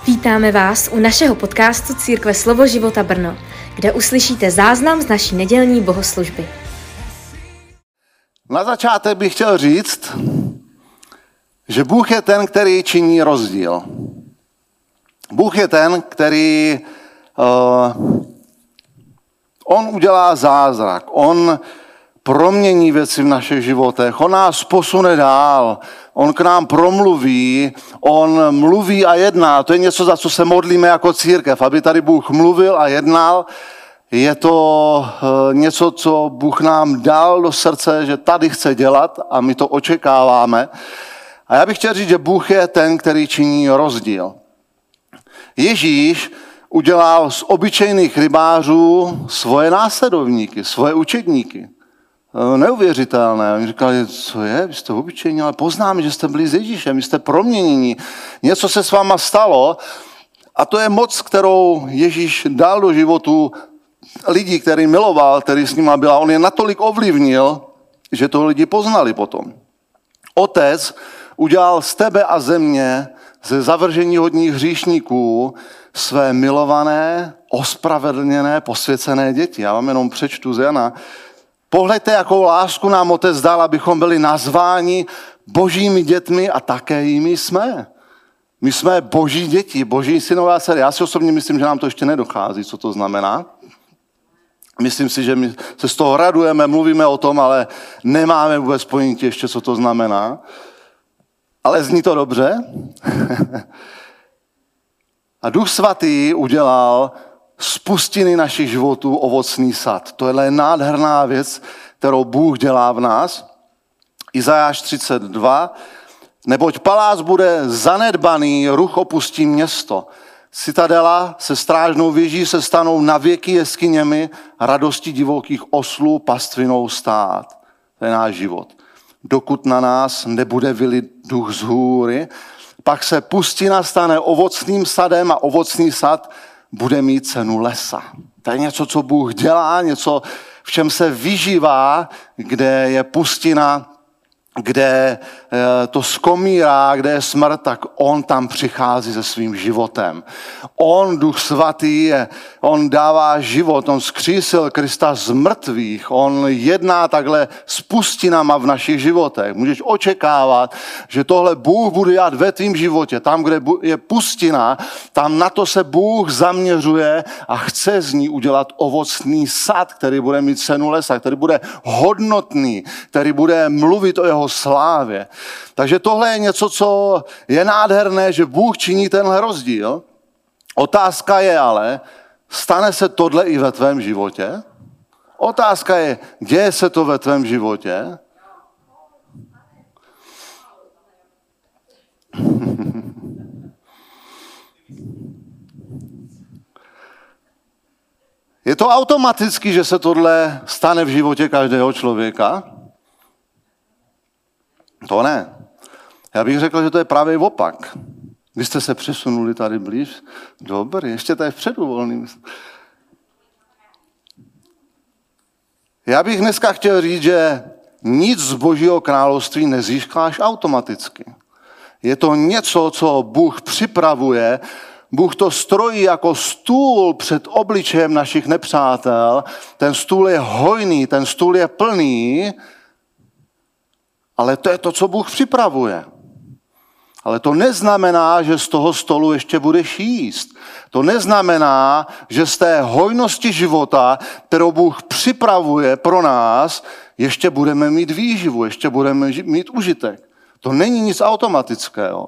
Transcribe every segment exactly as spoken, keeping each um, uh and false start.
Vítáme vás u našeho podcastu Církve Slovo života Brno, kde uslyšíte záznam z naší nedělní bohoslužby. Na začátek bych chtěl říct, že Bůh je ten, který činí rozdíl. Bůh je ten, který uh, on udělá zázrak, on promění věci v našich životech, on nás posune dál, on k nám promluví, on mluví a jedná. To je něco, za co se modlíme jako církev, aby tady Bůh mluvil a jednal. Je to něco, co Bůh nám dal do srdce, že tady chce dělat a my to očekáváme. A já bych chtěl říct, že Bůh je ten, který činí rozdíl. Ježíš udělal z obyčejných rybářů svoje následovníky, svoje učedníky. Neuvěřitelné. Oni říkali, co je, vy jste obyčejní, ale poznáme, že jste byli s Ježíšem, vy jste proměnění. Něco se s váma stalo a to je moc, kterou Ježíš dal do životu lidí, který miloval, který s nima byl. On je natolik ovlivnil, že to lidi poznali potom. Otec udělal z tebe a ze mě, ze zavržení hodních hříšníků, své milované, ospravedlněné, posvěcené děti. Já vám jenom přečtu z Jana. Pohleďte, jakou lásku nám Otec dal, abychom byli nazváni božími dětmi a také jimi jsme. My jsme boží děti, boží synové a dcery. Já si osobně myslím, že nám to ještě nedochází, co to znamená. Myslím si, že my se z toho radujeme, mluvíme o tom, ale nemáme vůbec ponětí ještě, co to znamená. Ale zní to dobře. A Duch Svatý udělal z pustiny našich životů ovocný sad. To je nádherná věc, kterou Bůh dělá v nás. Izajáš třicet dva. Neboť palác bude zanedbaný, ruch opustí město. Citadela se strážnou věží se stanou navěky jeskyněmi, radosti divokých oslů pastvinou stát. To je náš život. Dokud na nás nebude vylit duch z hůry, pak se pustina stane ovocným sadem a ovocný sad bude mít cenu lesa. To je něco, co Bůh dělá, něco, v čem se vyžívá, kde je pustina, kde to skomírá, kde je smrt, tak on tam přichází se svým životem. On, Duch Svatý, je, on dává život, on vzkřísil Krista z mrtvých, on jedná takhle s pustinama v našich životech. Můžeš očekávat, že tohle Bůh bude dělat ve tvým životě. Tam, kde je pustina, tam na to se Bůh zaměřuje a chce z ní udělat ovocný sad, který bude mít cenu lesa, který bude hodnotný, který bude mluvit o jeho slávě. Takže tohle je něco, co je nádherné, že Bůh činí tenhle rozdíl. Otázka je ale, stane se tohle i ve tvém životě? Otázka je, děje se to ve tvém životě? Je to automaticky, že se tohle stane v životě každého člověka? To ne. Já bych řekl, že to je právě opak. Vy jste se přesunuli tady blíž. Dobrý, ještě tady vpředu volný. Já bych dneska chtěl říct, že nic z Božího království nezískáš automaticky. Je to něco, co Bůh připravuje. Bůh to strojí jako stůl před obličejem našich nepřátel. Ten stůl je hojný, ten stůl je plný, ale to je to, co Bůh připravuje. Ale to neznamená, že z toho stolu ještě budeš jíst. To neznamená, že z té hojnosti života, kterou Bůh připravuje pro nás, ještě budeme mít výživu, ještě budeme mít užitek. To není nic automatického.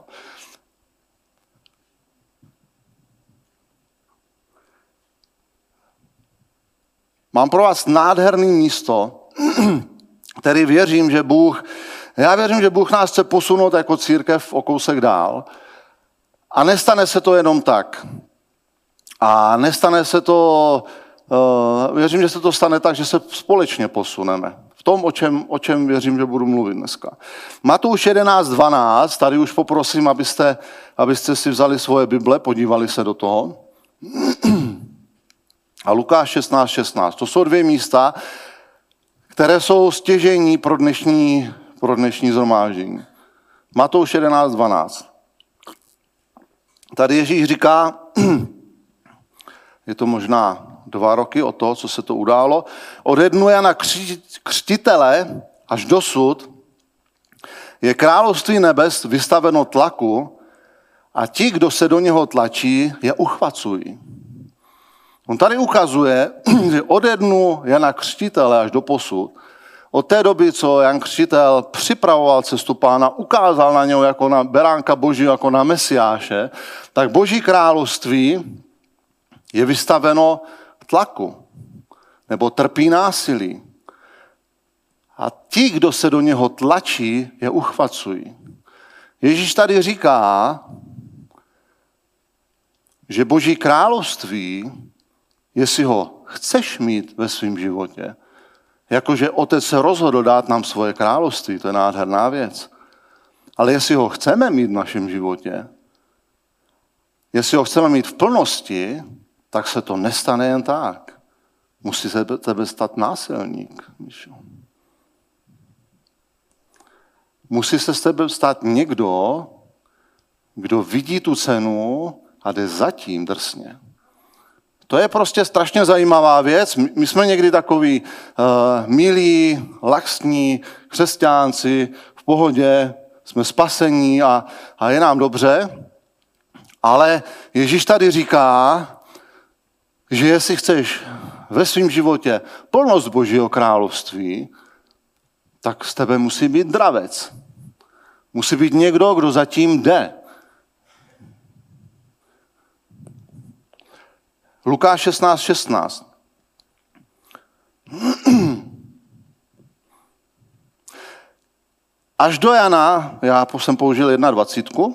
Mám pro vás nádherné místo, který věřím, že Bůh, já věřím, že Bůh nás chce posunout jako církev o kousek dál. A nestane se to jenom tak. A nestane se to, uh, věřím, že se to stane tak, že se společně posuneme. V tom, o čem, o čem věřím, že budu mluvit dneska. Matouš jedenáct dvanáct, tady už poprosím, abyste, abyste si vzali svoje Bible, podívali se do toho. A Lukáš šestnáct šestnáct. To jsou dvě místa, které jsou stěžejní pro dnešní, pro dnešní shromáždění. Matouš jedenáct dvanáct. tady Ježíš říká, je to možná dva roky od toho, co se to událo, ode dnu Jana Křtitele až dosud je království nebes vystaveno tlaku a ti, kdo se do něho tlačí, je uchvacují. On tady ukazuje, že ode dnu Jana Křtitele až do posud, od té doby, co Jan Křtitel připravoval cestu Pána, ukázal na něho jako na beránka Božího, jako na Mesiáše, tak Boží království je vystaveno tlaku nebo trpí násilí. A ti, kdo se do něho tlačí, je uchvacují. Ježíš tady říká, že Boží království, jestli ho chceš mít ve svém životě, jakože Otec se rozhodl dát nám svoje království, to je nádherná věc. Ale jestli ho chceme mít v našem životě, jestli ho chceme mít v plnosti, tak se to nestane jen tak. Musí se tebe stát násilník. Musí se z tebe stát někdo, kdo vidí tu cenu a jde zatím drsně. To je prostě strašně zajímavá věc. My jsme někdy takový uh, milí, laxní křesťánci, v pohodě, jsme spasení a, a je nám dobře. Ale Ježíš tady říká, že jestli chceš ve svém životě plnost Božího království, tak z tebe musí být dravec. Musí být někdo, kdo zatím jde. Lukáš šestnáct šestnáct. Až do Jana, já jsem použil dvacet jedna,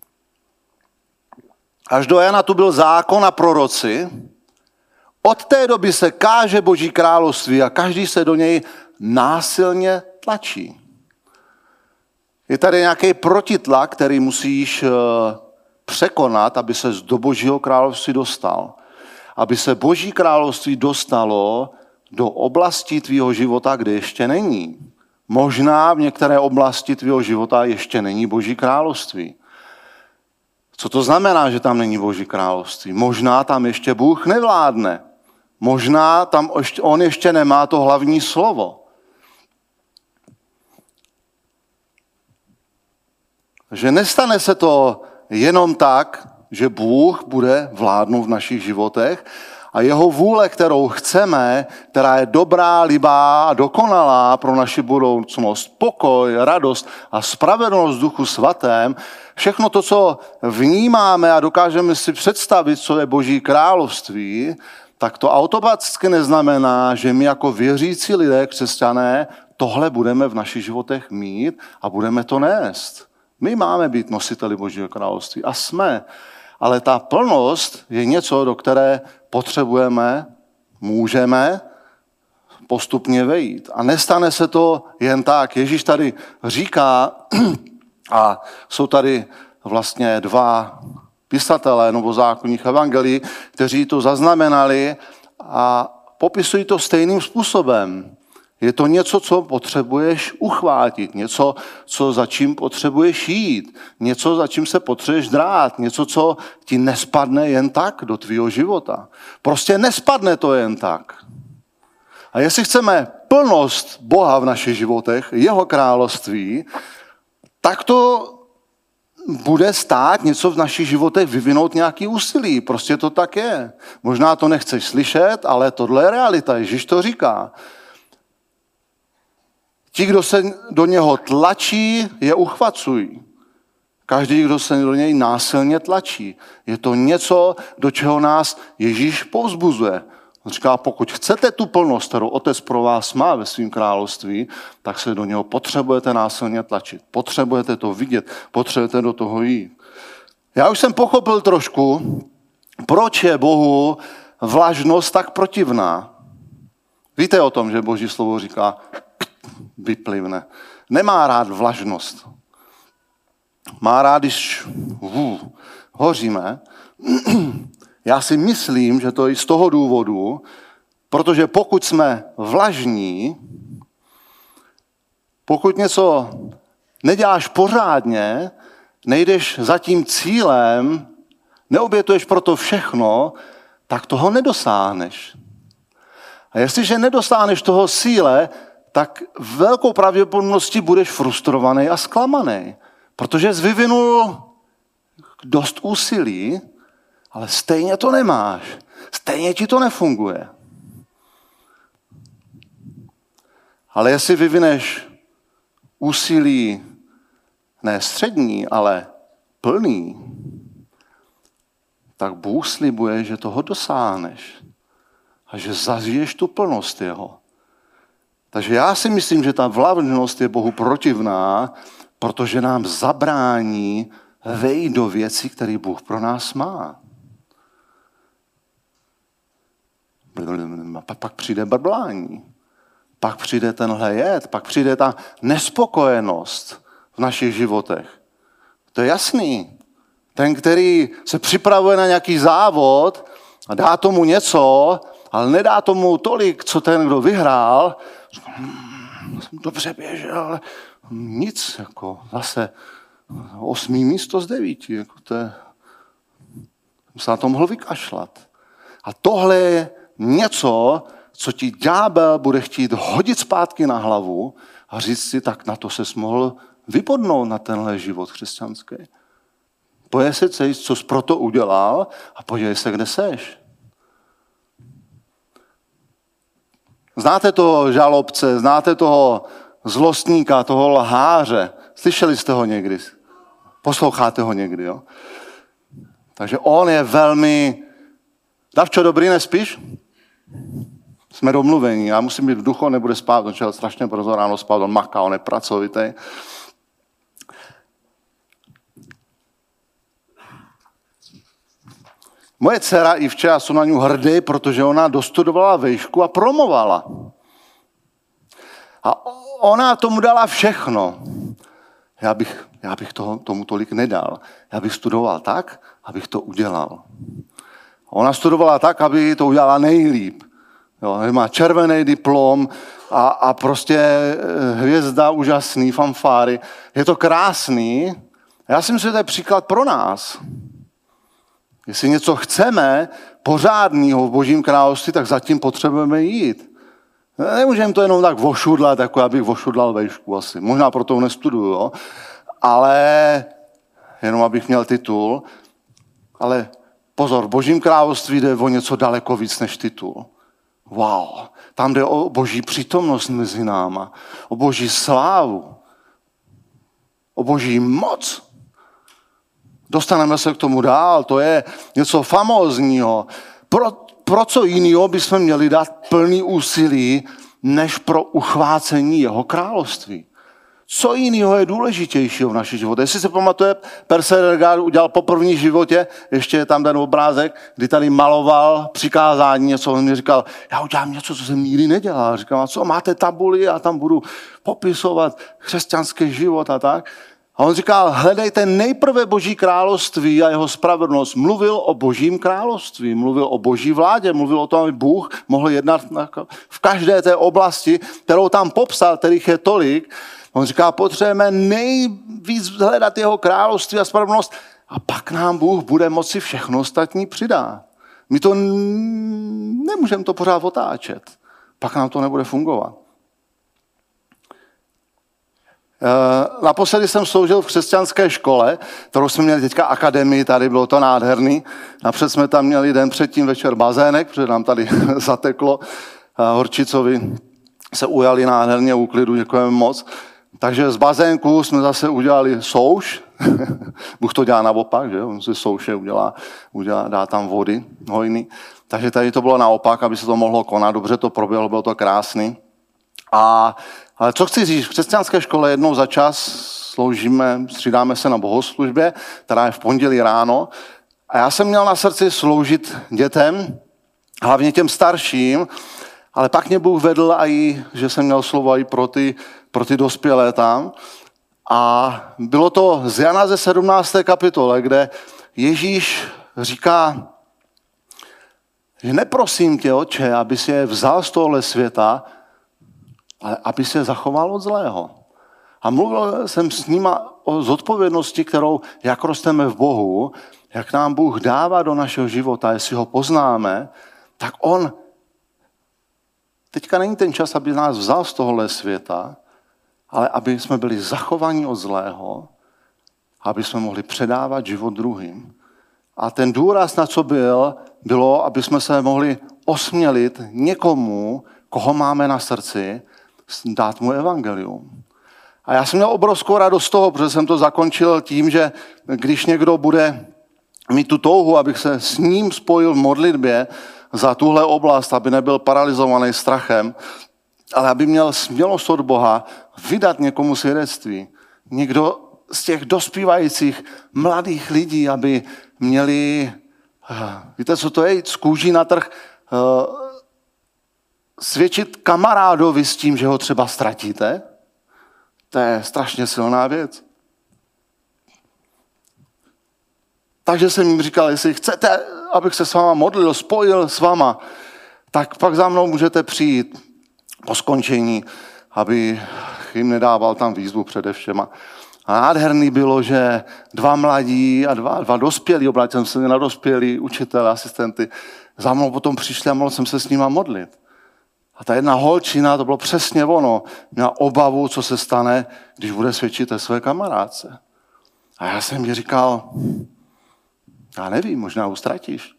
až do Jana tu byl zákon a proroci, od té doby se káže Boží království a každý se do něj násilně tlačí. Je tady nějaký protitlak, který musíš překonat, aby se do Božího království dostal. Aby se Boží království dostalo do oblasti tvýho života, kde ještě není. Možná v některé oblasti tvýho života ještě není Boží království. Co to znamená, že tam není Boží království? Možná tam ještě Bůh nevládne. Možná tam on ještě nemá to hlavní slovo. Že nestane se to jenom tak, že Bůh bude vládnout v našich životech a jeho vůle, kterou chceme, která je dobrá, libá a dokonalá pro naši budoucnost, pokoj, radost a spravedlnost v Duchu Svatém, všechno to, co vnímáme a dokážeme si představit, co je Boží království, tak to automaticky neznamená, že my jako věřící lidé, křesťané, tohle budeme v našich životech mít a budeme to nést. My máme být nositeli Božího království a jsme. Ale ta plnost je něco, do které potřebujeme, můžeme postupně vejít. A nestane se to jen tak. Ježíš tady říká, a jsou tady vlastně dva pisatelé novozákonních evangelií, kteří to zaznamenali a popisují to stejným způsobem. Je to něco, co potřebuješ uchvátit, něco, co za čím potřebuješ jít, něco, za čím se potřebuješ drát, něco, co ti nespadne jen tak do tvýho života. Prostě nespadne to jen tak. A jestli chceme plnost Boha v našich životech, jeho království, tak to bude stát něco v našich životech vyvinout nějaký úsilí. Prostě to tak je. Možná to nechceš slyšet, ale tohle je realita. Ježíš to říká. Ti, kdo se do něho tlačí, je uchvacují. Každý, kdo se do něj násilně tlačí. Je to něco, do čeho nás Ježíš povzbuzuje. On říká, pokud chcete tu plnost, kterou Otec pro vás má ve svém království, tak se do něho potřebujete násilně tlačit. Potřebujete to vidět, potřebujete do toho jít. Já už jsem pochopil trošku, proč je Bohu vlažnost tak protivná. Víte o tom, že Boží slovo říká, vyplivne. Nemá rád vlažnost. Má rád, když uh, hoříme. Já si myslím, že to je z toho důvodu, protože pokud jsme vlažní, pokud něco neděláš pořádně, nejdeš za tím cílem neobětuješ pro to všechno, tak toho nedosáhneš. A jestliže nedosáhneš toho síle, tak velkou pravděpodobností budeš frustrovaný a zklamaný. Protože jsi vyvinul dost úsilí, ale stejně to nemáš. Stejně ti to nefunguje. Ale jestli vyvineš úsilí ne střední, ale plný, tak Bůh slibuje, že toho dosáhneš a že zažiješ tu plnost jeho. Takže já si myslím, že ta vlažnost je Bohu protivná, protože nám zabrání vejít do věcí, které Bůh pro nás má. Pak přijde brblání, pak přijde tenhle jed, pak přijde ta nespokojenost v našich životech. To je jasný. Ten, který se připravuje na nějaký závod a dá tomu něco, ale nedá tomu tolik, co ten, kdo vyhrál, hm, jsem dobře běžel, ale nic, jako zase osmý místo z devíti, jako to je, jsem se na to mohl vykašlat. A tohle je něco, co ti ďábel bude chtít hodit zpátky na hlavu a říct si, tak na to ses mohl vypodnout na tenhle život křesťanský. Pojď se cejt, co jsi proto udělal a podívej se, kde seš. Znáte toho žalobce, znáte toho zlostníka, toho lháře. Slyšeli jste ho někdy? Posloucháte ho někdy, jo? Takže on je velmi... Davčo, dobrý, nespíš? Jsme domluvení, já musím být v duchu, nebude spát, on šel strašně brzo ráno spát, on maká, on je pracovitý. Moje dcera i včera jsou na ní hrdý, protože ona dostudovala vejšku a promovala. A ona tomu dala všechno. Já bych, já bych toho, tomu tolik nedal. Já bych studoval tak, abych to udělal. Ona studovala tak, aby to udělala nejlíp. Jo, má červený diplom a, a prostě hvězda úžasný, fanfáry. Je to krásný. Já si myslím, že to je příklad pro nás. Jestli něco chceme pořádného v Božím království, tak zatím potřebujeme jít. Nemůžeme to jenom tak vošudlat, jako já bych vošudlal vejšku asi. Možná proto nestuduju, jo? Ale jenom abych měl titul. Ale pozor, v Božím království jde o něco daleko víc než titul. Wow, tam jde o Boží přítomnost mezi náma, o Boží slávu, o Boží moc. Dostaneme se k tomu dál, to je něco famózního. Pro, pro co jiného bychom měli dát plný úsilí, než pro uchvácení jeho království. Co jiného je důležitějšího v naší životě? Jestli se pamatuje, Persevergar udělal po první životě, ještě je tam ten obrázek, kdy tady maloval přikázání, něco, on mi říkal, já udělám něco, co jsem nikdy nedělal. Říkal, a co, máte tabuli a tam budu popisovat křesťanský život a tak. A on říkal, hledejte nejprve Boží království a jeho spravedlnost. Mluvil o Božím království, mluvil o Boží vládě, mluvil o tom, aby Bůh mohl jednat v každé té oblasti, kterou tam popsal, kterých je tolik. On říká, potřebujeme nejvíc hledat jeho království a spravedlnost a pak nám Bůh bude moci všechno ostatní přidat. My to nemůžeme to pořád otáčet. Pak nám to nebude fungovat. Naposledy jsem sloužil v křesťanské škole, kterou jsme měli teďka akademii, tady bylo to nádherný. Napřed jsme tam měli den předtím večer bazének, protože nám tady zateklo. Horčicovi se ujali nádherně úklidu, děkujeme moc. Takže z bazénku jsme zase udělali souš. Bůh to dělá naopak, že? On si souše udělá, udělá, dá tam vody hojný. Takže tady to bylo naopak, aby se to mohlo konat. Dobře to proběhlo, bylo to krásný. A ale co chci říct, v křesťanské škole jednou za čas sloužíme, střídáme se na bohoslužbě, která je v pondělí ráno. A já jsem měl na srdci sloužit dětem, hlavně těm starším, ale pak mě Bůh vedl i, že jsem měl slovo i pro ty, pro ty dospělé tam. A bylo to z Jana ze sedmnácté kapitole, kde Ježíš říká, že neprosím tě, Otče, aby si je vzal z tohohle světa, ale aby se zachoval od zlého. A mluvil jsem s nima o zodpovědnosti, kterou, jak rosteme v Bohu, jak nám Bůh dává do našeho života, jestli ho poznáme, tak on, teďka není ten čas, aby nás vzal z tohohle světa, ale aby jsme byli zachovaní od zlého, aby jsme mohli předávat život druhým. A ten důraz, na co byl, bylo, aby jsme se mohli osmělit někomu, koho máme na srdci, dát mu evangelium. A já jsem měl obrovskou radost z toho, protože jsem to zakončil tím, že když někdo bude mít tu touhu, abych se s ním spojil v modlitbě za tuhle oblast, aby nebyl paralyzovaný strachem, ale aby měl smělost od Boha vydat někomu svědectví. Někdo z těch dospívajících mladých lidí, aby měli, víte, co to je, jít z kůží na trh, svědčit kamarádovi s tím, že ho třeba ztratíte, to je strašně silná věc. Takže jsem jim říkal, jestli chcete, abych se s váma modlil, spojil s váma, tak pak za mnou můžete přijít po skončení, aby jim nedával tam výzvu především. A nádherný bylo, že dva mladí a dva, dva dospělí, obrátil jsem se na dospělí učitele, asistenty, za mnou potom přišli a mohl jsem se s nima modlit. A ta jedna holčina, to bylo přesně ono, měla obavu, co se stane, když bude svědčit té své kamarádce. A já jsem jí říkal, já nevím, možná ho ztratíš.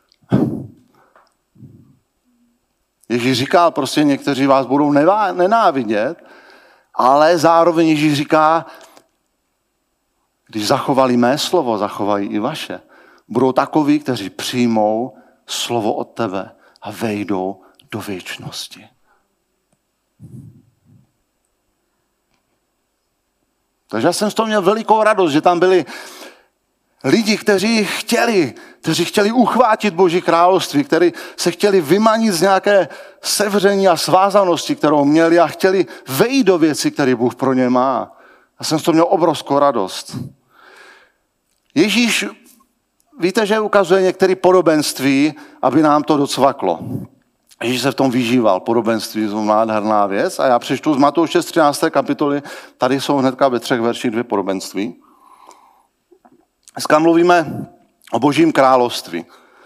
Ježíš říkal, prostě někteří vás budou nenávidět, ale zároveň Ježíš říká, když zachovali mé slovo, zachovají i vaše. Budou takoví, kteří přijmou slovo od tebe a vejdou do věčnosti. Takže já jsem z toho měl velikou radost, že tam byli lidi, kteří chtěli, kteří chtěli uchvátit Boží království, kteří se chtěli vymanit z nějaké sevření a svázanosti, kterou měli a chtěli vejít do věci, které Bůh pro ně má. Já jsem z toho měl obrovskou radost. Ježíš, víte, že ukazuje některé podobenství, aby nám to docvaklo. Ježíš se v tom vyžíval, podobenství je nádherná věc. A já přečtu z Matouše z třinácté kapitoly, tady jsou hnedka ve třech verších dvě podobenství. Dneska mluvíme o Božím království.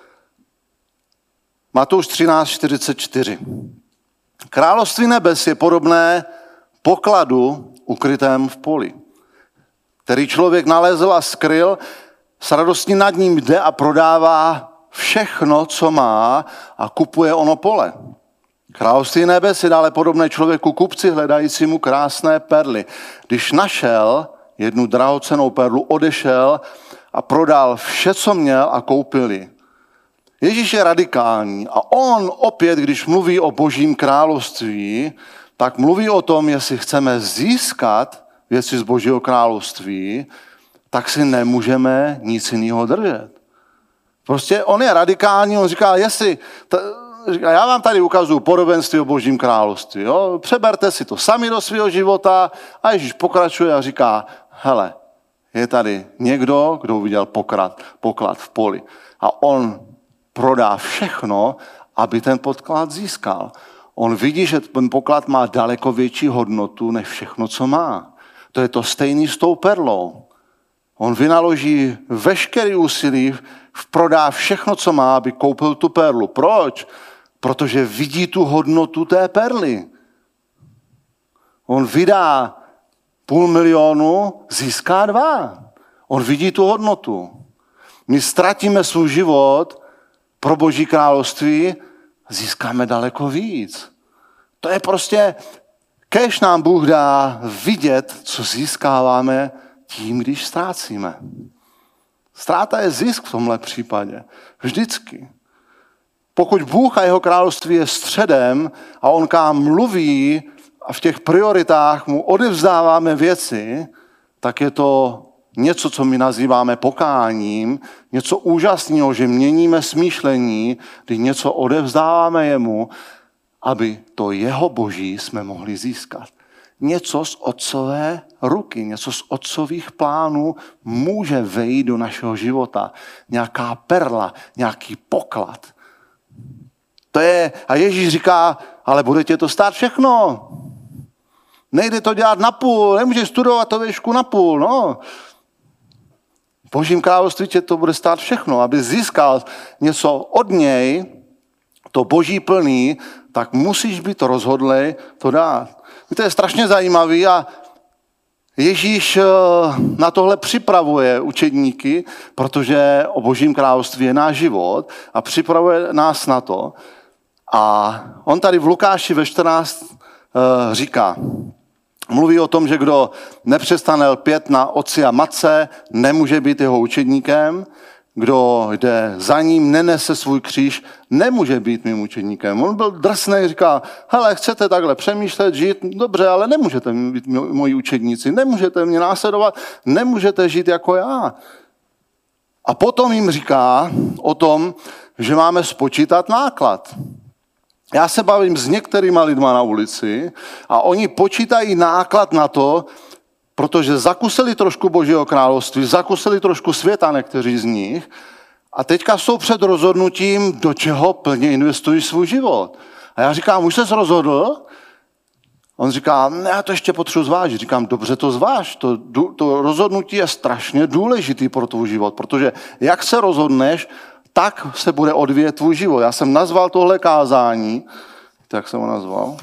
Matouš třináct čtyřicet čtyři. Království nebes je podobné pokladu ukrytém v poli, který člověk nalezl a skryl, s radostí nad ním jde a prodává všechno, co má a kupuje ono pole. Království nebes je dále podobné člověku kupci hledajícímu krásné perly. Když našel jednu drahocennou perlu, odešel a prodal vše, co měl a koupil ji. Ježíš je radikální a on opět, když mluví o Božím království, tak mluví o tom, jestli chceme získat věci z Božího království, tak si nemůžeme nic jiného držet. Prostě on je radikální, on říká, jestli, t, říká, já vám tady ukazuju podobenství o Božím království, jo? Přeberte si to sami do svého života a Ježíš pokračuje a říká, hele, je tady někdo, kdo uviděl poklad, poklad v poli a on prodá všechno, aby ten podklad získal. On vidí, že ten poklad má daleko větší hodnotu než všechno, co má. To je to stejný s tou perlou. On vynaloží veškerý úsilí, prodá všechno, co má, aby koupil tu perlu. Proč? Protože vidí tu hodnotu té perly. On vydá půl milionu, získá dva. On vidí tu hodnotu. My ztratíme svůj život pro Boží království, získáme daleko víc. To je prostě, kéž nám Bůh dá vidět, co získáváme tím, když ztrácíme. Ztráta je zisk v tomhle případě. Vždycky. Pokud Bůh a jeho království je středem a on kam mluví a v těch prioritách mu odevzdáváme věci, tak je to něco, co my nazýváme pokáním, něco úžasného, že měníme smýšlení, kdy něco odevzdáváme jemu, aby to jeho boží jsme mohli získat. Něco z otcové ruky, něco z otcových plánů může vejít do našeho života. Nějaká perla, nějaký poklad. To je, a Ježíš říká, ale bude tě to stát všechno. Nejde to dělat na půl, nemůžeš studovat to věšku na půl, no. V Božím království tě to bude stát všechno. Aby získal něco od něj, to Boží plný, tak musíš být rozhodlý to dát. To je strašně zajímavý a Ježíš na tohle připravuje učedníky, protože o Božím království je náš život a připravuje nás na to. A on tady v Lukáši ve čtrnáct říká, mluví o tom, že kdo nepřestane lpět na otci a matce, nemůže být jeho učedníkem. Kdo jde za ním, nenese svůj kříž, nemůže být mým učedníkem. On byl drsný, říká, hele, chcete takhle přemýšlet, žít, dobře, ale nemůžete být moji učedníci, nemůžete mě následovat, nemůžete žít jako já. A potom jim říká o tom, že máme spočítat náklad. Já se bavím s některýma lidma na ulici a oni počítají náklad na to, protože zakusili trošku Božího království, zakusili trošku světa někteří z nich a teďka jsou před rozhodnutím, do čeho plně investují svůj život. A já říkám, už ses rozhodl? On říká, ne, já to ještě potřebuji zvážit. Říkám, dobře, to zváž. To, to rozhodnutí je strašně důležitý pro tvůj život, protože jak se rozhodneš, tak se bude odvíjet tvůj život. Já jsem nazval tohle kázání, tak jsem ho nazval,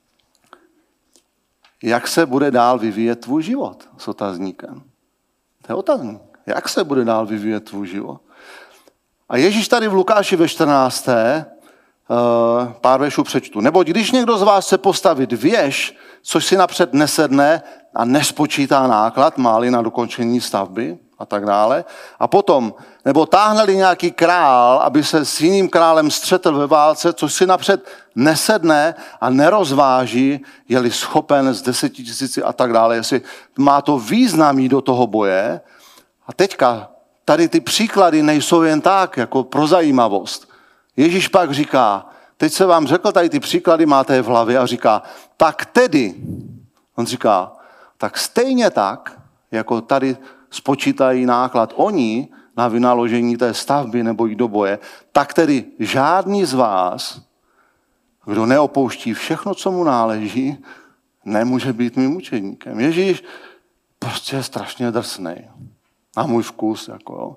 jak se bude dál vyvíjet tvůj život s otazníkem. To je otazník. Jak se bude dál vyvíjet tvůj život? A Ježíš tady v Lukáši ve čtrnácté pár veršů přečtu. Neboť když někdo z vás chce postavit věž, což si napřed nesedne a nespočítá náklad, má-li na dokončení stavby a tak dále. A potom, nebo táhne-li nějaký král, aby se s jiným králem střetl ve válce, což si napřed nesedne a nerozváží, je-li schopen z deseti tisíci a tak dále, jestli má to význam jít do toho boje. A teďka tady ty příklady nejsou jen tak, jako pro zajímavost. Ježíš pak říká, teď se vám řekl, tady ty příklady máte je v hlavě a říká, tak tedy, on říká, tak stejně tak, jako tady spočítají náklad oni na vynaložení té stavby nebo jít do boje, tak tedy žádný z vás, kdo neopouští všechno, co mu náleží, nemůže být mým učedníkem. Ježíš prostě je strašně drsnej. Na můj vkus. Jako, jo.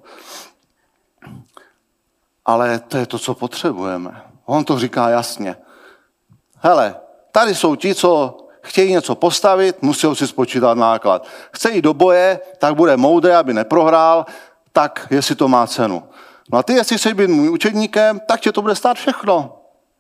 Ale to je to, co potřebujeme. On to říká jasně. Hele, tady jsou ti, co chtějí něco postavit, musí si spočítat náklad. Chce jít do boje, tak bude moudré, aby neprohrál, tak jestli to má cenu. No a ty, jestli chceš být můj učedníkem, tak tě to bude stát všechno.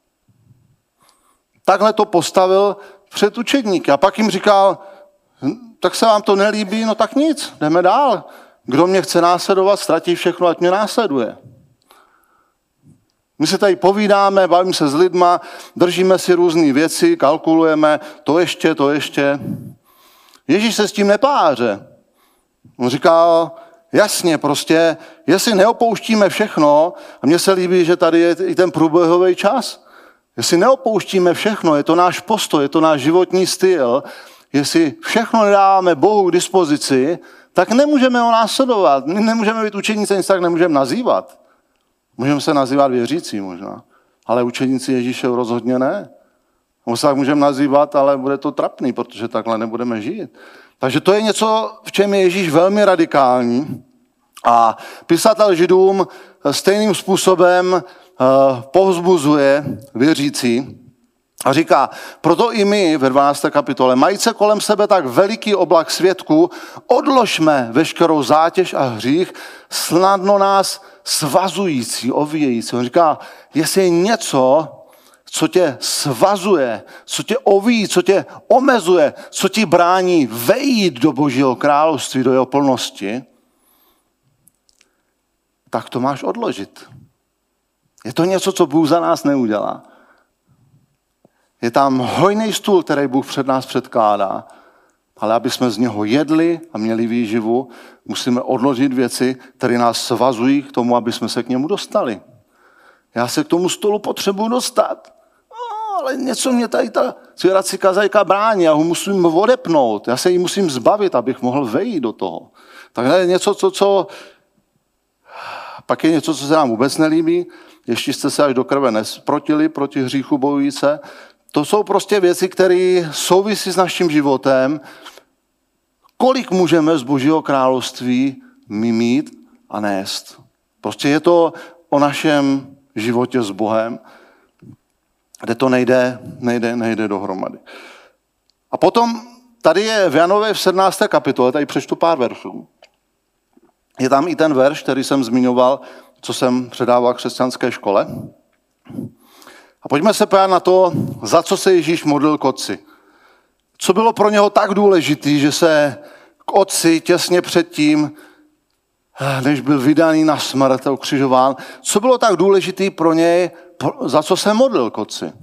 Takhle to postavil před učedníky. A pak jim říkal, tak se vám to nelíbí, no tak nic, jdeme dál. Kdo mě chce následovat, ztratí všechno, ať mě následuje. My se tady povídáme, bavíme se s lidma, držíme si různé věci, kalkulujeme, to ještě, to ještě. Ježíš se s tím nepáře. On říká, jasně, prostě, jestli neopouštíme všechno, a mně se líbí, že tady je i ten průběhový čas, jestli neopouštíme všechno, je to náš postoj, je to náš životní styl, jestli všechno nedáváme Bohu k dispozici, tak nemůžeme ho následovat. My nemůžeme být učeníci, nic tak nemůžeme nazývat. Můžeme se nazývat věřící možná, ale učeníci Ježíše rozhodně ne. My se tak můžeme nazývat, ale bude to trapný, protože takhle nebudeme žít. Takže to je něco, v čem je Ježíš velmi radikální. A pisatel Židům stejným způsobem povzbuzuje věřící a říká, proto i my ve dvanácté kapitole, majíce kolem sebe tak veliký oblak svědků, odložme veškerou zátěž a hřích, snadno nás svazující, ovíjející. On říká, jestli je něco, co tě svazuje, co tě ovíjí, co tě omezuje, co ti brání vejít do Božího království, do jeho plnosti, tak to máš odložit. Je to něco, co Bůh za nás neudělá. Je tam hojný stůl, který Bůh před nás předkládá, ale aby jsme z něho jedli a měli výživu, musíme odložit věci, které nás svazují k tomu, aby jsme se k němu dostali. Já se k tomu stolu potřebuji dostat. No, ale něco mě tady ta svěrací kazajka brání, já ho musím odepnout, já se jí musím zbavit, abych mohl vejít do toho. Takže je něco, co, co... Pak je něco, co se nám vůbec nelíbí, ještě jste se až do krve nesprotili proti hříchu bojujíce, To jsou prostě věci, které souvisí s naším životem. Kolik můžeme z Božího království my mít a nést. Prostě je to o našem životě s Bohem, kde to nejde, nejde, nejde dohromady. A potom tady je v Janově v sedmnácté kapitole, tady přečtu pár veršů. Je tam i ten verš, který jsem zmiňoval, co jsem předával křesťanské škole. A pojďme se podívat na to, za co se Ježíš modlil k Otci. Co bylo pro něho tak důležité, že se k Otci těsně předtím, než byl vydaný na smrt, ukřižován, co bylo tak důležité pro něj, za co se modlil k Otci.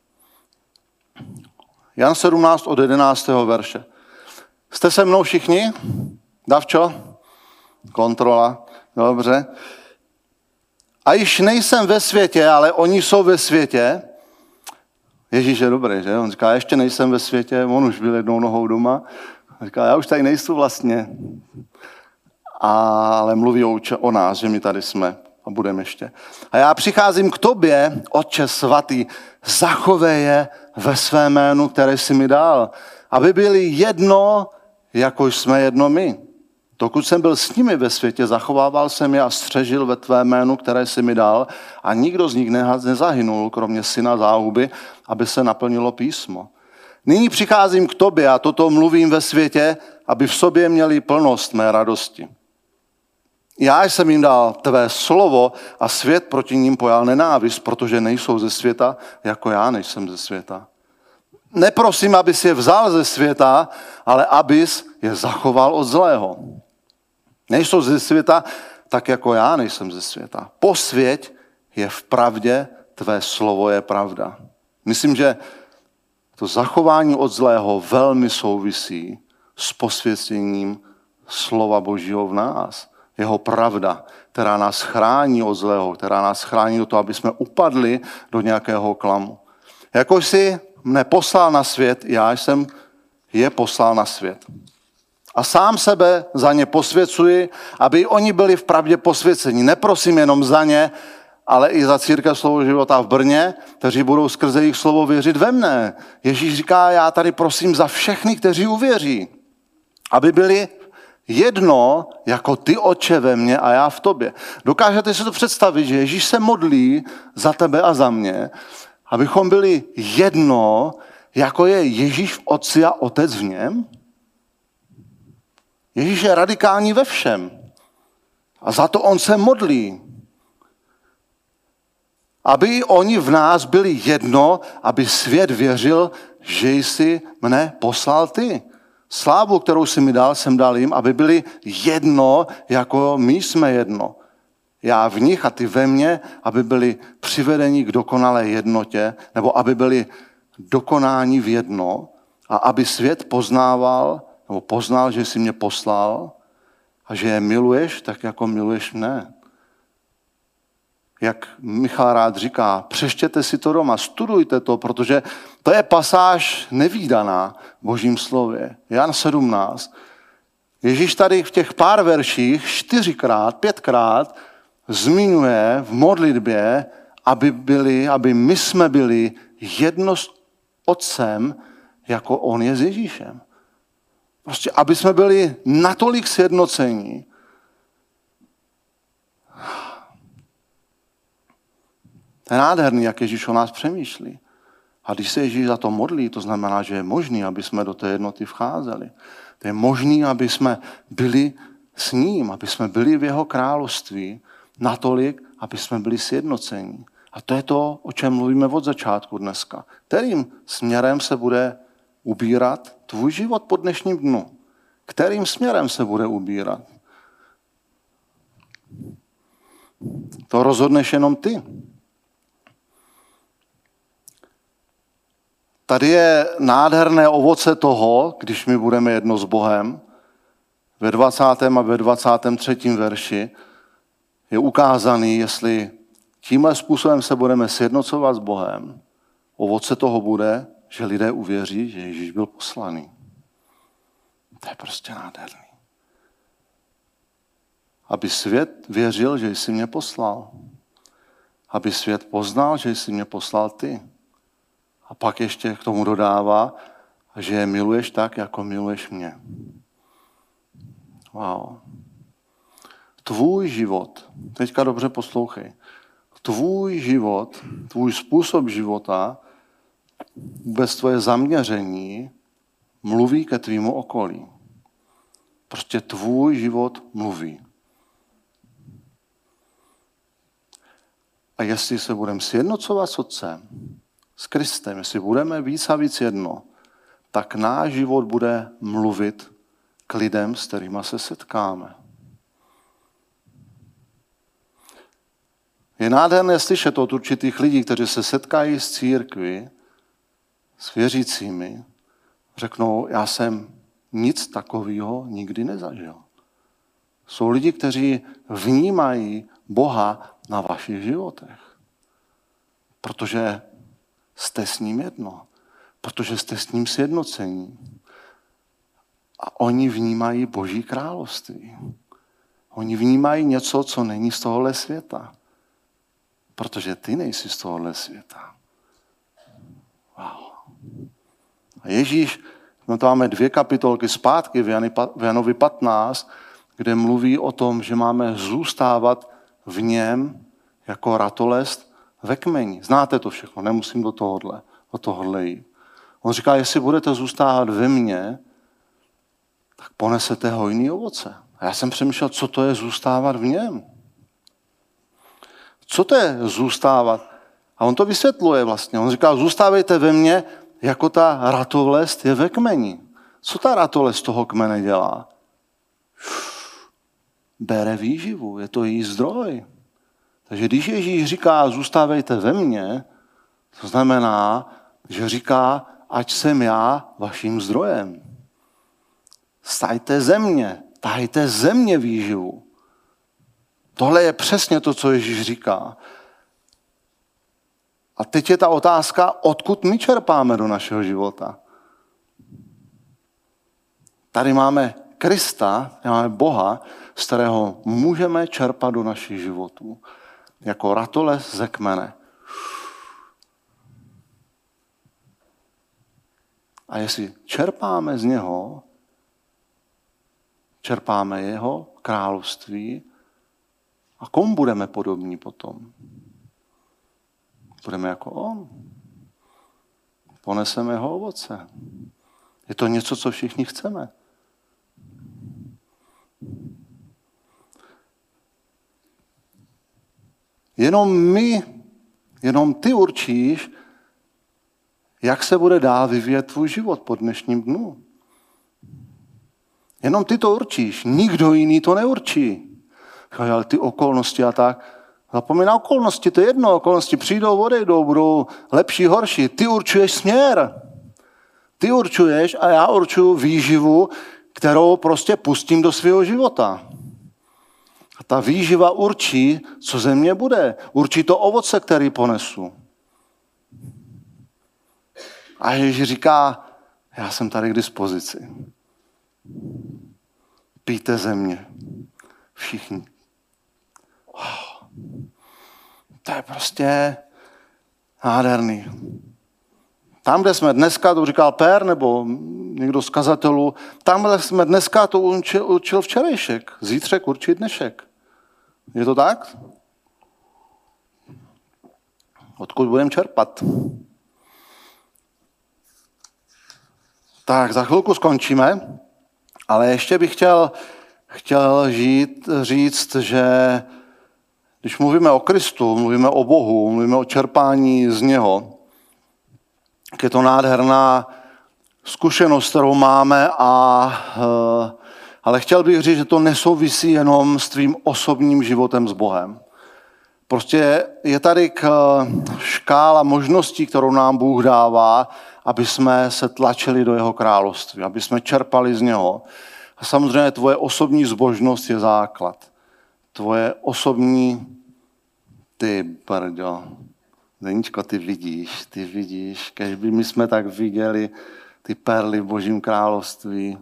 Jan sedmnáct od jedenáctého verše. Jste se mnou všichni? Davčo? Kontrola. Dobře. A již nejsem ve světě, ale oni jsou ve světě. Ježíš je dobrý, že? On říká, ještě nejsem ve světě, on už byl jednou nohou doma. On říká, já už tady nejsem vlastně. Ale mluví o, o nás, že my tady jsme a budeme ještě. A já přicházím k tobě, Otče svatý, zachovej je ve své jménu, které jsi mi dal, aby byli jedno, jako jsme jedno my. Dokud jsem byl s nimi ve světě, zachovával jsem je a střežil ve tvé jménu, které jsi mi dal, a nikdo z nich nezahynul, kromě syna záhuby, aby se naplnilo písmo. Nyní přicházím k tobě a toto mluvím ve světě, aby v sobě měli plnost mé radosti. Já jsem jim dal tvé slovo a svět proti ním pojal nenávist, protože nejsou ze světa, jako já nejsem ze světa. Neprosím, abys je vzal ze světa, ale abys je zachoval od zlého. Nejsou ze světa, tak jako já nejsem ze světa. Posvěť je v pravdě, tvé slovo je pravda. Myslím, že to zachování od zlého velmi souvisí s posvěcením slova Božího v nás. Jeho pravda, která nás chrání od zlého, která nás chrání do toho, aby jsme upadli do nějakého klamu. Jako jsi mne poslal na svět, já jsem je poslal na svět. A sám sebe za ně posvěcuji, aby oni byli v pravdě posvěceni. Neprosím jenom za ně, ale i za Církev Slovo života v Brně, kteří budou skrze jejich slovo věřit ve mne. Ježíš říká, já tady prosím za všechny, kteří uvěří, aby byli jedno, jako ty, Otče, ve mně a já v tobě. Dokážete si to představit, že Ježíš se modlí za tebe a za mě, abychom byli jedno, jako je Ježíš v Otci a Otec v něm? Ježíš je radikální ve všem. A za to on se modlí. Aby oni v nás byli jedno, aby svět věřil, že jsi mne poslal ty. Slávu, kterou jsi mi dal, jsem dal jim, aby byli jedno, jako my jsme jedno. Já v nich a ty ve mně, aby byli přivedeni k dokonalé jednotě, nebo aby byli dokonáni v jedno a aby svět poznával, nebo poznal, že jsi mě poslal a že je miluješ tak, jako miluješ mne. Jak Michal rád říká, přečtěte si to doma, studujte to, protože to je pasáž nevídaná v Božím slově. Jan sedmnáct. Ježíš tady v těch pár verších čtyřikrát, pětkrát zmiňuje v modlitbě, aby, byli, aby my jsme byli jedno s Otcem, jako on je s Ježíšem. Prostě, aby jsme byli natolik sjednocení. To je nádherný, jak Ježíš o nás přemýšlí. A když se Ježíš za to modlí, to znamená, že je možný, aby jsme do té jednoty vcházeli. To je možný, aby jsme byli s ním, aby jsme byli v jeho království natolik, aby jsme byli sjednocení. A to je to, o čem mluvíme od začátku dneska. Kterým směrem se bude ubírat tvůj život po dnešním dnu? Kterým směrem se bude ubírat? To rozhodneš jenom ty. Tady je nádherné ovoce toho, když my budeme jedno s Bohem. Ve dvacátém a ve dvacátém třetím verši je ukázaný, jestli tímhle způsobem se budeme sjednocovat s Bohem, ovoce toho bude, že lidé uvěří, že Ježíš byl poslaný. To je prostě nádherný. Aby svět věřil, že jsi mě poslal. Aby svět poznal, že jsi mě poslal ty. A pak ještě k tomu dodává, že je miluješ tak, jako miluješ mě. Wow. Tvůj život, teďka dobře poslouchej, tvůj život, tvůj způsob života, vůbec tvoje zaměření mluví ke tvýmu okolí. Prostě tvůj život mluví. A jestli se budeme sjednocovat s Otcem, s Kristem, jestli budeme víc a víc jedno, tak náš život bude mluvit k lidem, s kterými se setkáme. Je nádherné slyšet od určitých lidí, kteří se setkají s církví, s věřícími, řeknou, já jsem nic takového nikdy nezažil. Jsou lidi, kteří vnímají Boha na vašich životech. Protože jste s ním jedno. Protože jste s ním sjednocení. A oni vnímají Boží království. Oni vnímají něco, co není z tohohle světa. Protože ty nejsi z tohohle světa. Wow. A Ježíš, my to máme dvě kapitolky zpátky v Janovi patnáct, kde mluví o tom, že máme zůstávat v něm jako ratolest ve kmeni. Znáte to všechno, nemusím do tohohle, do tohohle jít. On říká, jestli budete zůstávat ve mně, tak ponesete hojný ovoce. A já jsem přemýšlel, co to je zůstávat v něm. Co to je zůstávat? A on to vysvětluje vlastně. On říká, zůstávejte ve mně, jako ta ratolest je ve kmeni. Co ta ratolest toho kmene dělá? Bere výživu, je to její zdroj. Takže když Ježíš říká, zůstávejte ve mně, to znamená, že říká, ať jsem já vaším zdrojem. Stajte ze mě, tahejte ze mě výživu. Tohle je přesně to, co Ježíš říká. A teď je ta otázka, odkud my čerpáme do našeho života. Tady máme Krista, máme Boha, z kterého můžeme čerpat do našich životů. Jako ratolest ze kmene. A jestli čerpáme z něho, čerpáme jeho království, a komu budeme podobní potom? Budeme jako on. Poneseme jeho ovoce. Je to něco, co všichni chceme. Jenom my, jenom ty určíš, jak se bude dál vyvíjet tvůj život po dnešním dnu. Jenom ty to určíš, nikdo jiný to neurčí. Ale ty okolnosti a tak. Zapomeň na okolnosti, to je jedno, okolnosti přijdou, odejdou, budou lepší, horší. Ty určuješ směr. Ty určuješ a já určuju výživu, kterou prostě pustím do svého života. A ta výživa určí, co ze mě bude. Určí to ovoce, který ponesu. A Ježíš říká, já jsem tady k dispozici. Pijte ze mě. Všichni. Wow. To je prostě nádherný. Tam, kde jsme dneska, to říkal Per nebo někdo z kazatelů, tam, kde jsme dneska, to učil, učil včerejšek. Zítřek určí dnešek. Je to tak? Odkud budeme čerpat? Tak, za chvilku skončíme, ale ještě bych chtěl, chtěl žít, říct, že když mluvíme o Kristu, mluvíme o Bohu, mluvíme o čerpání z něho, je to nádherná zkušenost, kterou máme, a, ale chtěl bych říct, že to nesouvisí jenom s tvým osobním životem s Bohem. Prostě je tady škála možností, kterou nám Bůh dává, aby jsme se tlačili do jeho království, aby jsme čerpali z něho. A samozřejmě tvoje osobní zbožnost je základ. Tvoje osobní, ty brďo, Zdeníčko, ty vidíš, ty vidíš, kež by my jsme tak viděli ty perly v Božím království.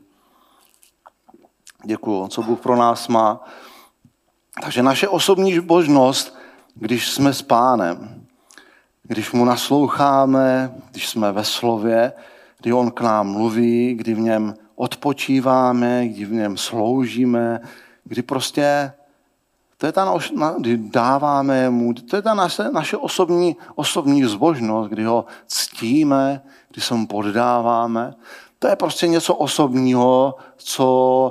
Děkuju, co Bůh pro nás má. Takže naše osobní zbožnost, když jsme s Pánem, když mu nasloucháme, když jsme ve slově, kdy on k nám mluví, kdy v něm odpočíváme, kdy v něm sloužíme, kdy prostě to je ta, kdy dáváme mu, to je ta naše, naše osobní, osobní zbožnost, kdy ho ctíme, kdy se mu poddáváme. To je prostě něco osobního, co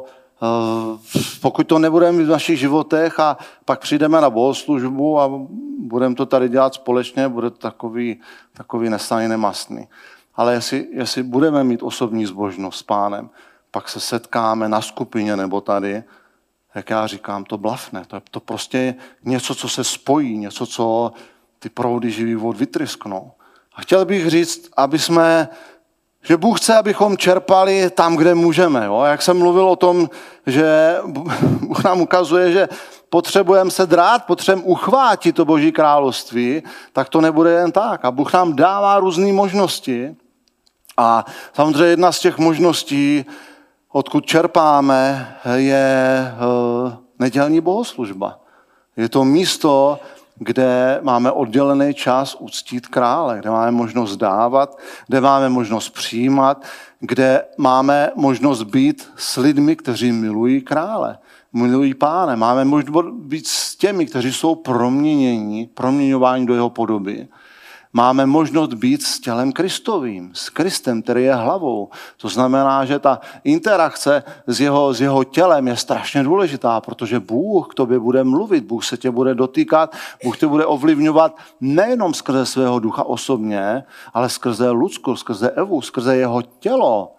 pokud to nebudeme mít v našich životech a pak přijdeme na bohoslužbu a budeme to tady dělat společně, bude to takový, takový neslaný, nemastný. Ale jestli, jestli budeme mít osobní zbožnost s Pánem, pak se setkáme na skupině nebo tady, jak já říkám, to blafne. To je to prostě něco, co se spojí, něco, co ty proudy živý vod vytrysknou. A chtěl bych říct, aby jsme, že Bůh chce, abychom čerpali tam, kde můžeme. Jo? Jak jsem mluvil o tom, že Bůh nám ukazuje, že potřebujeme se drát, potřebujeme uchvátit to Boží království, tak to nebude jen tak. A Bůh nám dává různé možnosti. A samozřejmě jedna z těch možností, odkud čerpáme, je nedělní bohoslužba. Je to místo, kde máme oddělený čas uctít krále, kde máme možnost dávat, kde máme možnost přijímat, kde máme možnost být s lidmi, kteří milují krále, milují Páne. Máme možnost být s těmi, kteří jsou proměnění, proměňováni do jeho podoby. Máme možnost být s tělem Kristovým, s Kristem, který je hlavou. To znamená, že ta interakce s jeho, s jeho tělem je strašně důležitá, protože Bůh k tobě bude mluvit, Bůh se tě bude dotýkat, Bůh tě bude ovlivňovat nejenom skrze svého ducha osobně, ale skrze Lucku, skrze Evu, skrze jeho tělo.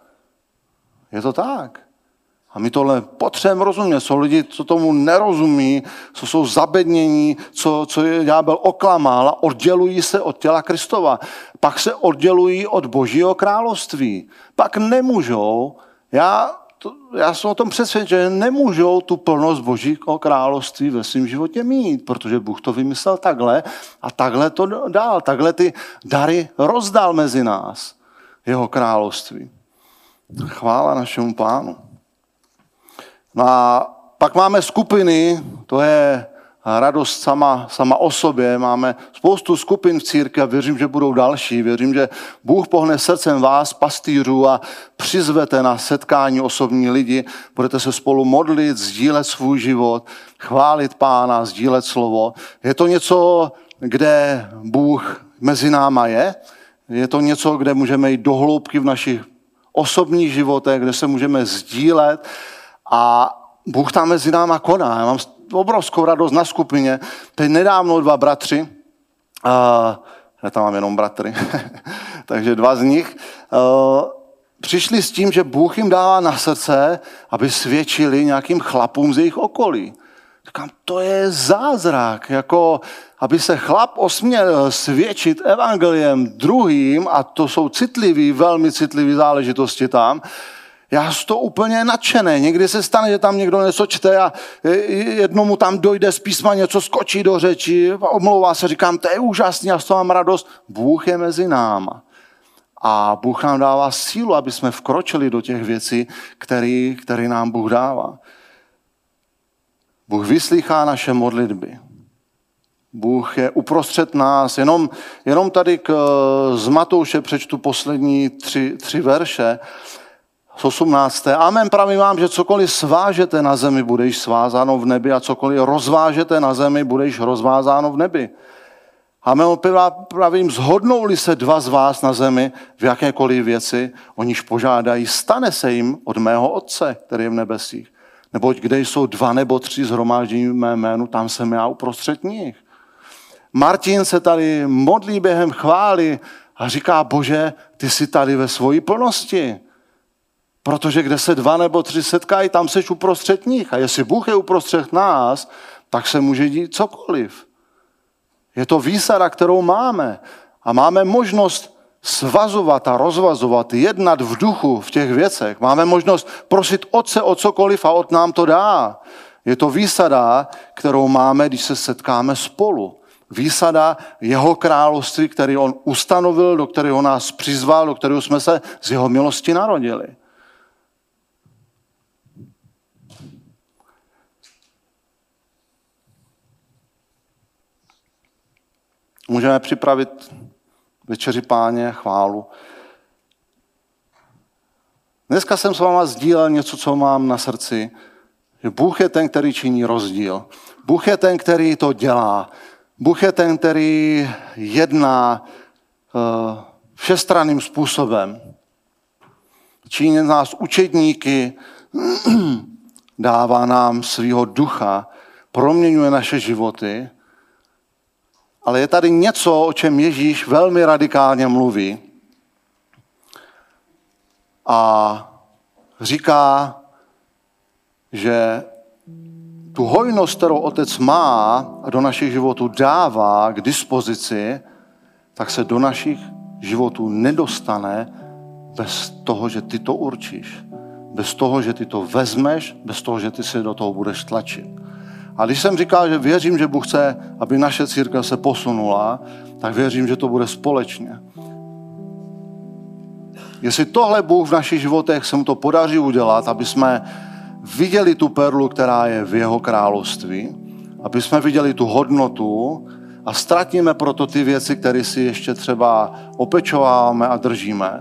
Je to tak. A my tohle potřebujeme rozumět. Jsou lidi, co tomu nerozumí, co jsou zabednění, co, co je ďábel oklamal a oddělují se od těla Kristova. Pak se oddělují od Božího království. Pak nemůžou, já, to, já jsem o tom přesvědčen, že nemůžou tu plnost Božího království ve svém životě mít, protože Bůh to vymyslel takhle a takhle to dal, takhle ty dary rozdal mezi nás, jeho království. Chvála našemu Pánu. No a pak máme skupiny, to je radost sama, sama o sobě. Máme spoustu skupin v církvi a věřím, že budou další. Věřím, že Bůh pohne srdcem vás, pastýřů, a přizvete na setkání osobní lidi. Budete se spolu modlit, sdílet svůj život, chválit Pána, sdílet slovo. Je to něco, kde Bůh mezi náma je. Je to něco, kde můžeme jít do hloubky v našich osobních životech, kde se můžeme sdílet. A Bůh tam mezi náma koná. Já mám obrovskou radost na skupině. Teď nedávno dva bratři, uh, já tam mám jenom bratry, takže dva z nich, uh, přišli s tím, že Bůh jim dává na srdce, aby svědčili nějakým chlapům z jejich okolí. Říkám, to je zázrak, jako aby se chlap osměl svědčit evangeliem druhým, a to jsou citlivý, velmi citlivý záležitosti tam. Já jsem to úplně nadšený. Někdy se stane, že tam někdo něco čte a jednomu tam dojde z písma, něco skočí do řeči, omlouvá se, říkám, to je úžasný, já z toho mám radost. Bůh je mezi náma. A Bůh nám dává sílu, aby jsme vkročili do těch věcí, které, které nám Bůh dává. Bůh vyslýchá naše modlitby. Bůh je uprostřed nás. Jenom, jenom tady k, z Matouše přečtu poslední tři, tři verše. Z osmnácté. Amen, pravím vám, že cokoliv svážete na zemi, budeš svázáno v nebi, a cokoliv rozvážete na zemi, budeš rozvázáno v nebi. Amen, pravím, zhodnou-li se dva z vás na zemi v jakékoliv věci, o níž požádají, stane se jim od mého Otce, který je v nebesích. Neboť kde jsou dva nebo tři shromáždění v mé jménu, tam jsem já uprostřed nich. Martin se tady modlí během chvály a říká, Bože, ty jsi tady ve svojí plnosti. Protože kde se dva nebo tři setkají, tam seš uprostřed nich. A jestli Bůh je uprostřed nás, tak se může dít cokoliv. Je to výsada, kterou máme. A máme možnost svazovat a rozvazovat, jednat v duchu v těch věcech. Máme možnost prosit Otce o cokoliv a od nám to dá. Je to výsada, kterou máme, když se setkáme spolu. Výsada jeho království, který on ustanovil, do kterého nás přizval, do kterého jsme se z jeho milosti narodili. Můžeme připravit večeři Páně, chválu. Dneska jsem s váma sdílel něco, co mám na srdci, že Bůh je ten, který činí rozdíl. Bůh je ten, který to dělá. Bůh je ten, který jedná uh, všestranným způsobem. Činí nás učedníky, dává nám svýho ducha, proměňuje naše životy. Ale je tady něco, o čem Ježíš velmi radikálně mluví. A říká, že tu hojnost, kterou Otec má a do našich životů dává k dispozici, tak se do našich životů nedostane bez toho, že ty to určíš. Bez toho, že ty to vezmeš, bez toho, že ty si do toho budeš tlačit. A když jsem říkal, že věřím, že Bůh chce, aby naše církev se posunula, tak věřím, že to bude společně. Jestli tohle Bůh v našich životech se mu to podaří udělat, aby jsme viděli tu perlu, která je v jeho království, aby jsme viděli tu hodnotu a ztratíme proto ty věci, které si ještě třeba opečováváme a držíme,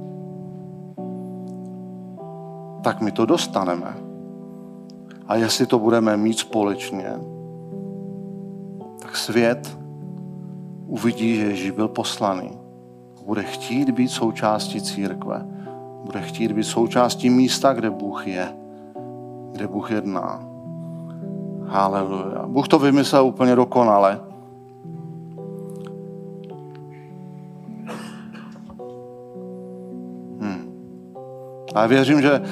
tak my to dostaneme. A jestli to budeme mít společně, tak svět uvidí, že Ježíš byl poslaný. Bude chtít být součástí církve. Bude chtít být součástí místa, kde Bůh je. Kde Bůh jedná. Haleluja. Bůh to vymyslel úplně dokonale. Hmm. A já věřím, že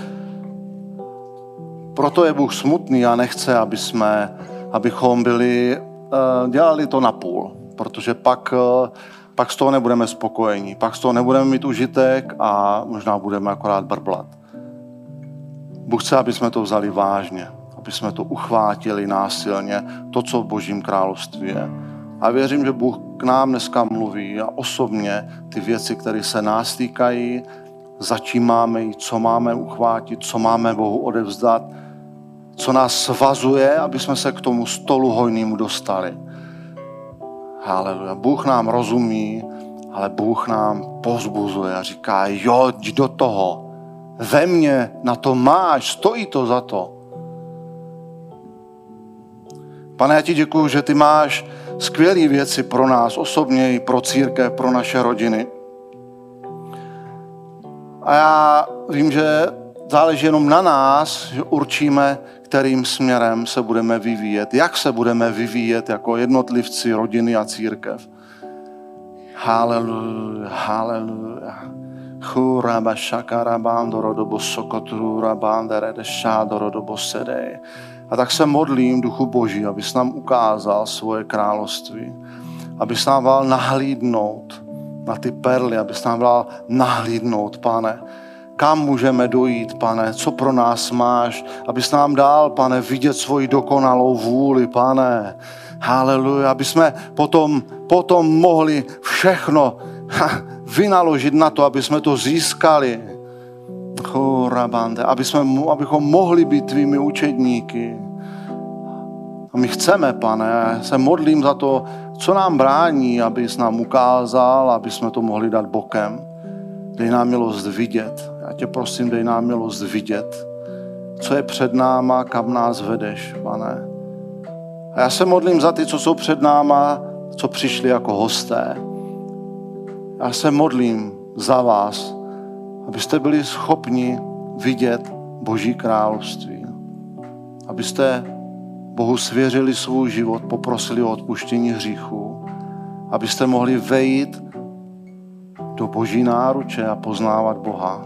proto je Bůh smutný a nechce, aby jsme, abychom byli, dělali to napůl. Protože pak, pak z toho nebudeme spokojení. Pak z toho nebudeme mít užitek a možná budeme akorát brblat. Bůh chce, aby jsme to vzali vážně. Aby jsme to uchvátili násilně. To, co v Božím království je. A věřím, že Bůh k nám dneska mluví a osobně ty věci, které se nás týkají, za čím máme jít, co máme uchvátit, co máme Bohu odevzdat, co nás svazuje, aby jsme se k tomu stolu hojnému dostali. Haleluja. Bůh nám rozumí, ale Bůh nám povzbuzuje a říká, jo, jdi do toho. Ve mně na to máš, stojí to za to. Pane, já ti děkuju, že ty máš skvělé věci pro nás osobně i pro církev, pro naše rodiny. A já vím, že záleží jenom na nás, že určíme, kterým směrem se budeme vyvíjet, jak se budeme vyvíjet jako jednotlivci, rodiny a církev. Haleluja, haleluja. Churaba shakarabandorodobo sokotura bandere shadorodobo sedej. A tak se modlím, Duchu Boží, abys nám ukázal svoje království. Abys nám dal nahlídnout na ty perly, abys nám dal nahlídnout, Pane, kam můžeme dojít, Pane, co pro nás máš, abys nám dal, Pane, vidět svoji dokonalou vůli, Pane. Haleluja, aby jsme potom, potom mohli všechno ha, vynaložit na to, aby jsme to získali. Aby jsme, abychom mohli být tvými učedníky. A my chceme, Pane, já se modlím za to, co nám brání, abys nám ukázal, aby jsme to mohli dát bokem. Dej nám milost vidět. Já tě prosím, dej nám milost vidět, co je před náma, kam nás vedeš, Pane. A já se modlím za ty, co jsou před náma, co přišli jako hosté. Já se modlím za vás, abyste byli schopni vidět Boží království. Abyste Bohu svěřili svůj život, poprosili o odpuštění hříchů. Abyste mohli vejít do Boží náruče a poznávat Boha.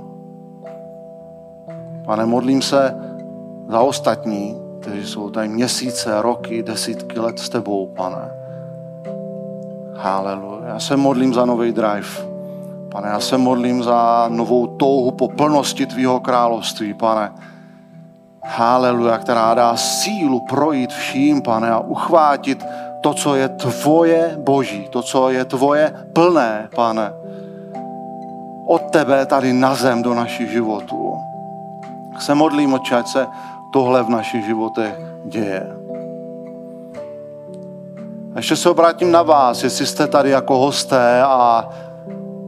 Pane, modlím se za ostatní, kteří jsou tady měsíce, roky, desítky let s tebou, Pane. Haleluja. Já se modlím za nový drive. Pane, já se modlím za novou touhu po plnosti tvýho království, Pane. Haleluja, která dá sílu projít vším, Pane, a uchvátit to, co je tvoje Boží, to, co je tvoje plné, Pane. Od tebe tady na zem do našich životů. Se modlím, Otče, ať se tohle v našich životech děje. A ještě se obrátím na vás, jestli jste tady jako hosté a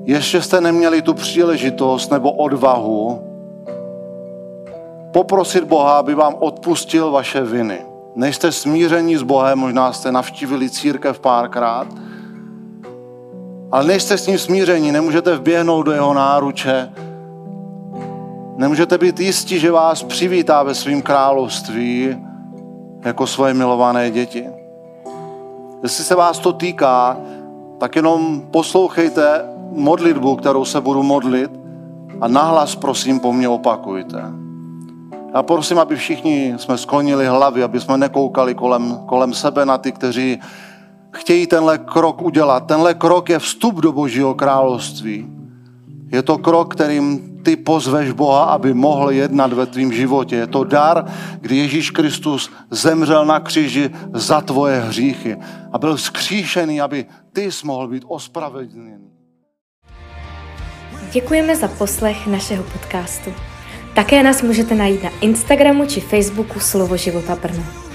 ještě jste neměli tu příležitost nebo odvahu poprosit Boha, aby vám odpustil vaše viny. Nejste smíření s Bohem, možná jste navštívili církev párkrát, ale nejste s ním smíření, nemůžete vběhnout do jeho náruče, nemůžete být jistí, že vás přivítá ve svém království jako svoje milované děti. Jestli se vás to týká, tak jenom poslouchejte modlitbu, kterou se budu modlit a nahlas prosím po mně opakujte. Já prosím, aby všichni jsme sklonili hlavy, aby jsme nekoukali kolem, kolem sebe na ty, kteří chtějí tenhle krok udělat. Tenhle krok je vstup do Božího království. Je to krok, kterým ty pozveš Boha, aby mohl jednat ve tvém životě. Je to dar, kdy Ježíš Kristus zemřel na kříži za tvoje hříchy a byl vzkříšený, aby ty jsi mohl být ospravedlněný. Děkujeme za poslech našeho podcastu. Také nás můžete najít na Instagramu či Facebooku Slovo života Brno.